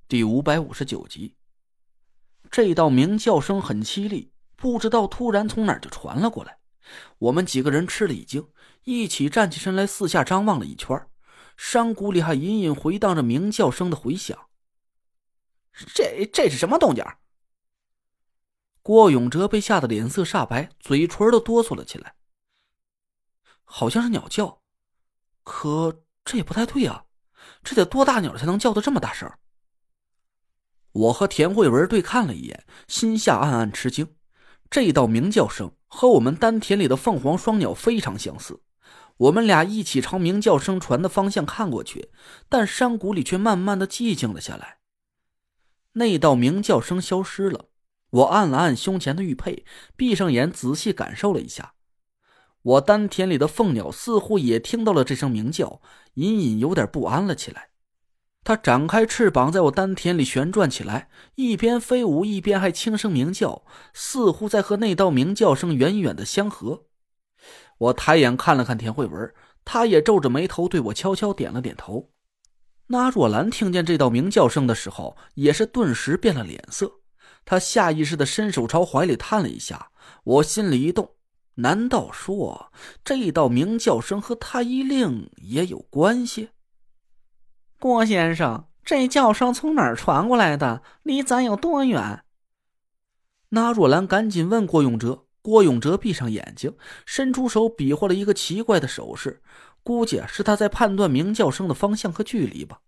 第559集。这道鸣叫声很凄厉，不知道突然从哪儿就传了过来。我们几个人吃了一惊，一起站起身来，四下张望了一圈，山谷里还隐隐回荡着鸣叫声的回响。这是什么动静？郭永哲被吓得脸色煞白，嘴唇都哆嗦了起来。好像是鸟叫，可这也不太对啊，这得多大鸟才能叫得这么大声？我和田慧文对看了一眼，心下暗暗吃惊。这道鸣叫声和我们丹田里的凤凰双鸟非常相似。我们俩一起朝鸣叫声传的方向看过去，但山谷里却慢慢的寂静了下来。那道鸣叫声消失了，我按了按胸前的玉佩，闭上眼仔细感受了一下。我丹田里的凤鸟似乎也听到了这声鸣叫，隐隐有点不安了起来。它展开翅膀在我丹田里旋转起来，一边飞舞一边还轻声鸣叫，似乎在和那道鸣叫声远远的相合。我抬眼看了看田慧文，她也皱着眉头对我悄悄点了点头。那若兰听见这道鸣叫声的时候，也是顿时变了脸色，她下意识地伸手朝怀里探了一下。我心里一动，难道说这道鸣叫声和太医令也有关系？ 郭先生，这叫声从哪儿传过来的？离咱有多远？ 那若兰赶紧问郭永哲。郭永哲闭上眼睛，伸出手比划了一个奇怪的手势，估计是他在判断鸣叫声的方向和距离吧。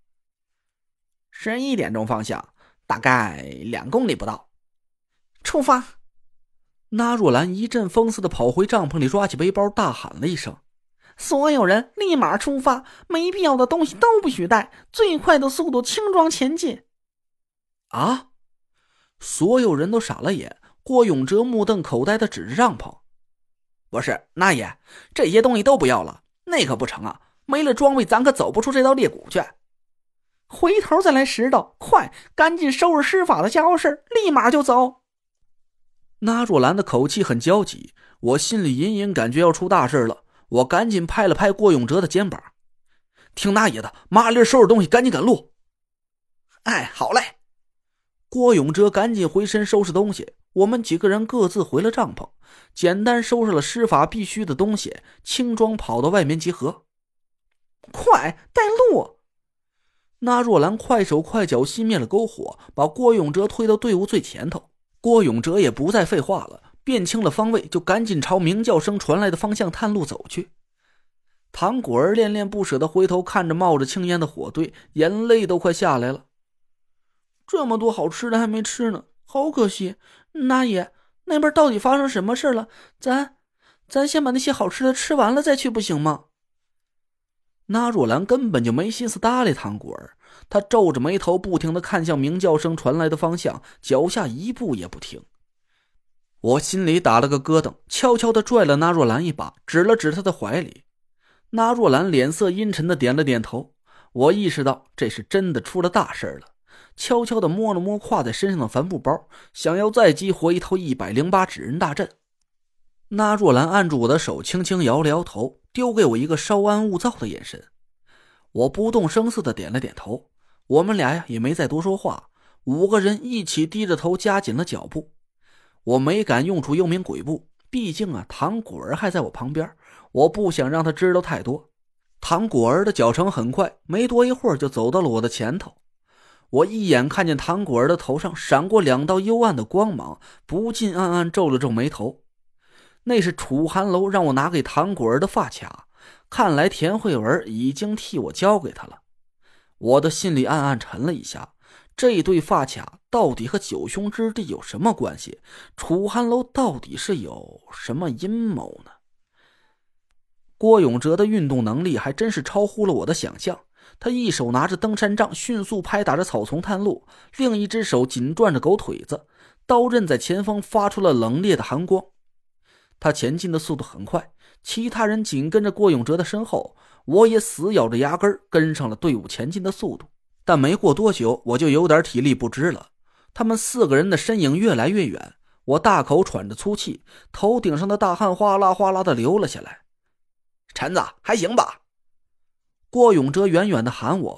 11点钟方向，大概2公里不到。出发！ 那若兰一阵风似的跑回帐篷里，抓起背包大喊了一声： 所有人立马出发，没必要的东西都不许带，最快的速度轻装前进。 啊！所有人都傻了眼，郭永哲目瞪口呆地指着帐篷。 不是，那爷，这些东西都不要了，那可不成啊，没了装备咱可走不出这道裂谷去。回头再来拾掇，快，赶紧收拾施法的家伙事，立马就走。 那若兰的口气很焦急，我心里隐隐感觉要出大事了。我赶紧拍了拍郭永哲的肩膀：听那爷的，麻利收拾东西，赶紧赶路。 哎，好嘞。 郭永哲赶紧回身收拾东西，我们几个人各自回了帐篷，简单收拾了施法必须的东西，轻装跑到外面集合。 快，带路！ 那若兰快手快脚熄灭了篝火，把郭永哲推到队伍最前头。郭永哲也不再废话了，辨清了方位，就赶紧朝鸣叫声传来的方向探路走去。唐果儿恋恋不舍地回头看着冒着青烟的火堆，眼泪都快下来了。这么多好吃的还没吃呢，好可惜。那爷，那边到底发生什么事了？咱先把那些好吃的吃完了再去不行吗？那若兰根本就没心思搭理唐果儿，她皱着眉头不停地看向鸣叫声传来的方向，脚下一步也不停。我心里打了个咯噔，悄悄地拽了那若兰一把，指了指她的怀里。那若兰脸色阴沉地点了点头。我意识到这是真的出了大事了，悄悄地摸了摸挎在身上的帆布包，想要再激活一套108指人大阵。那若兰按住我的手，轻轻摇了摇头，丢给我一个稍安勿躁的眼神。我不动声色地点了点头。我们俩也没再多说话，5个人一起低着头加紧了脚步。我没敢用出幽冥鬼步，毕竟唐果儿还在我旁边，我不想让他知道太多。唐果儿的脚程很快，没多一会儿就走到了我的前头。我一眼看见唐果儿的头上闪过2道幽暗的光芒，不禁暗暗皱了皱眉头。那是楚寒楼让我拿给唐果儿的发卡，看来田慧文已经替我交给他了。我的心里暗暗沉了一下，这对发卡到底和九凶之地有什么关系？楚寒楼到底是有什么阴谋呢？郭永哲的运动能力还真是超乎了我的想象，他一手拿着登山杖迅速拍打着草丛探路，另一只手紧攥着狗腿子，刀刃在前方发出了冷冽的寒光。他前进的速度很快，其他人紧跟着郭永哲的身后，我也死咬着牙根跟上了队伍前进的速度。但没过多久，我就有点体力不支了。他们4个人的身影越来越远，我大口喘着粗气，头顶上的大汗哗啦哗啦的流了下来。 陈子，还行吧？ 郭永哲远远的喊我，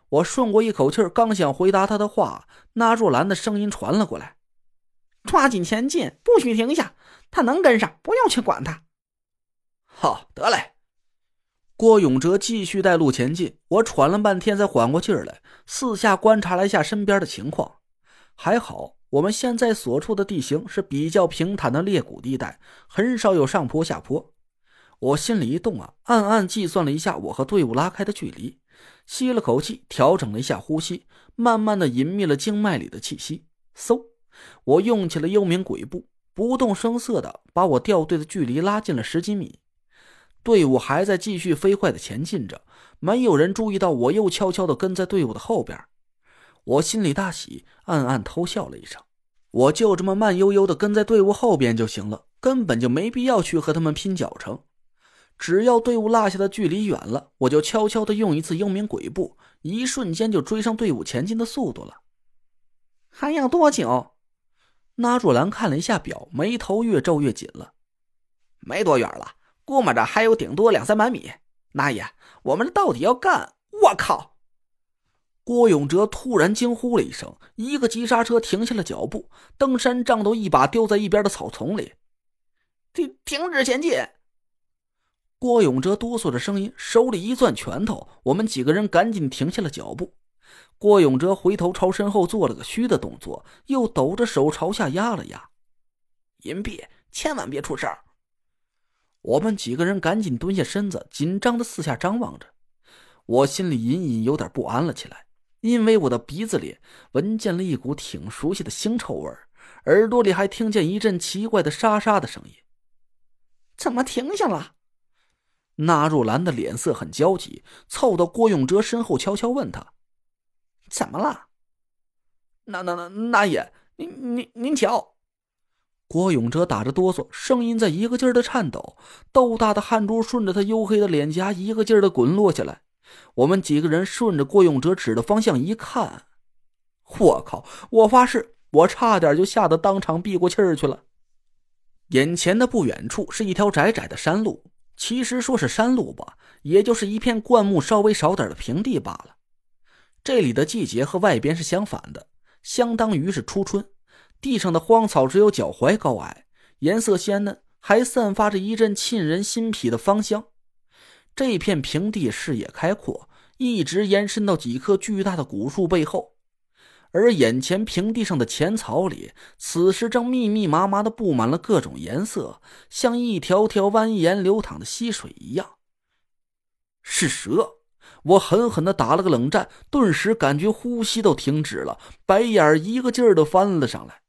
我顺过一口气，刚想回答他的话，那若兰的声音传了过来： 抓紧前进，不许停下，他能跟上，不要去管他。 好，得嘞。郭永哲继续带路前进，我喘了半天才缓过劲儿来，四下观察了一下身边的情况。还好我们现在所处的地形是比较平坦的裂谷地带，很少有上坡下坡。我心里一动啊，暗暗计算了一下我和队伍拉开的距离，吸了口气，调整了一下呼吸，慢慢的隐秘了经脉里的气息。嗖，我用起了幽冥鬼步，不动声色的把我掉队的距离拉近了10几米。队伍还在继续飞快的前进着，没有人注意到我又悄悄地跟在队伍的后边。我心里大喜，暗暗偷笑了一声。我就这么慢悠悠地跟在队伍后边就行了，根本就没必要去和他们拼脚程。只要队伍落下的距离远了，我就悄悄地用一次幽冥鬼步，一瞬间就追上队伍前进的速度了。 还要多久？ 那若兰看了一下表，眉头越皱越紧了。 没多远了，估摸着还有顶多200-300米。那爷，我们到底要干？我靠！ 郭永哲突然惊呼了一声，一个急刹车停下了脚步，登山杖都一把丢在一边的草丛里。 停止前进！ 郭永哲哆嗦着声音，手里一攥拳头，我们几个人赶紧停下了脚步。郭永哲回头朝身后做了个虚的动作，又抖着手朝下压了压。 隐蔽，千万别出声！ 我们几个人赶紧蹲下身子，紧张的四下张望着。我心里隐隐有点不安了起来，因为我的鼻子里闻见了一股挺熟悉的腥臭味，耳朵里还听见一阵奇怪的沙沙的声音。 怎么停下了？ 那若兰的脸色很焦急，凑到郭永哲身后悄悄问他： 怎么了？ 那爷，您瞧。郭永哲打着哆嗦，声音在一个劲儿的颤抖，豆大的汗珠顺着他黝黑的脸颊一个劲儿的滚落下来。我们几个人顺着郭永哲指的方向一看，我靠，我发誓，我差点就吓得当场闭过气儿去了。眼前的不远处是一条窄窄的山路，其实说是山路吧，也就是一片灌木稍微少点的平地罢了。这里的季节和外边是相反的，相当于是初春，地上的荒草只有脚踝高矮，颜色鲜嫩，还散发着一阵沁人心脾的芳香。这片平地视野开阔，一直延伸到几棵巨大的古树背后，而眼前平地上的浅草里，此时正密密麻麻地布满了各种颜色，像一条条蜿蜒流淌的溪水一样。是蛇！我狠狠地打了个冷战，顿时感觉呼吸都停止了，白眼一个劲儿地翻了上来。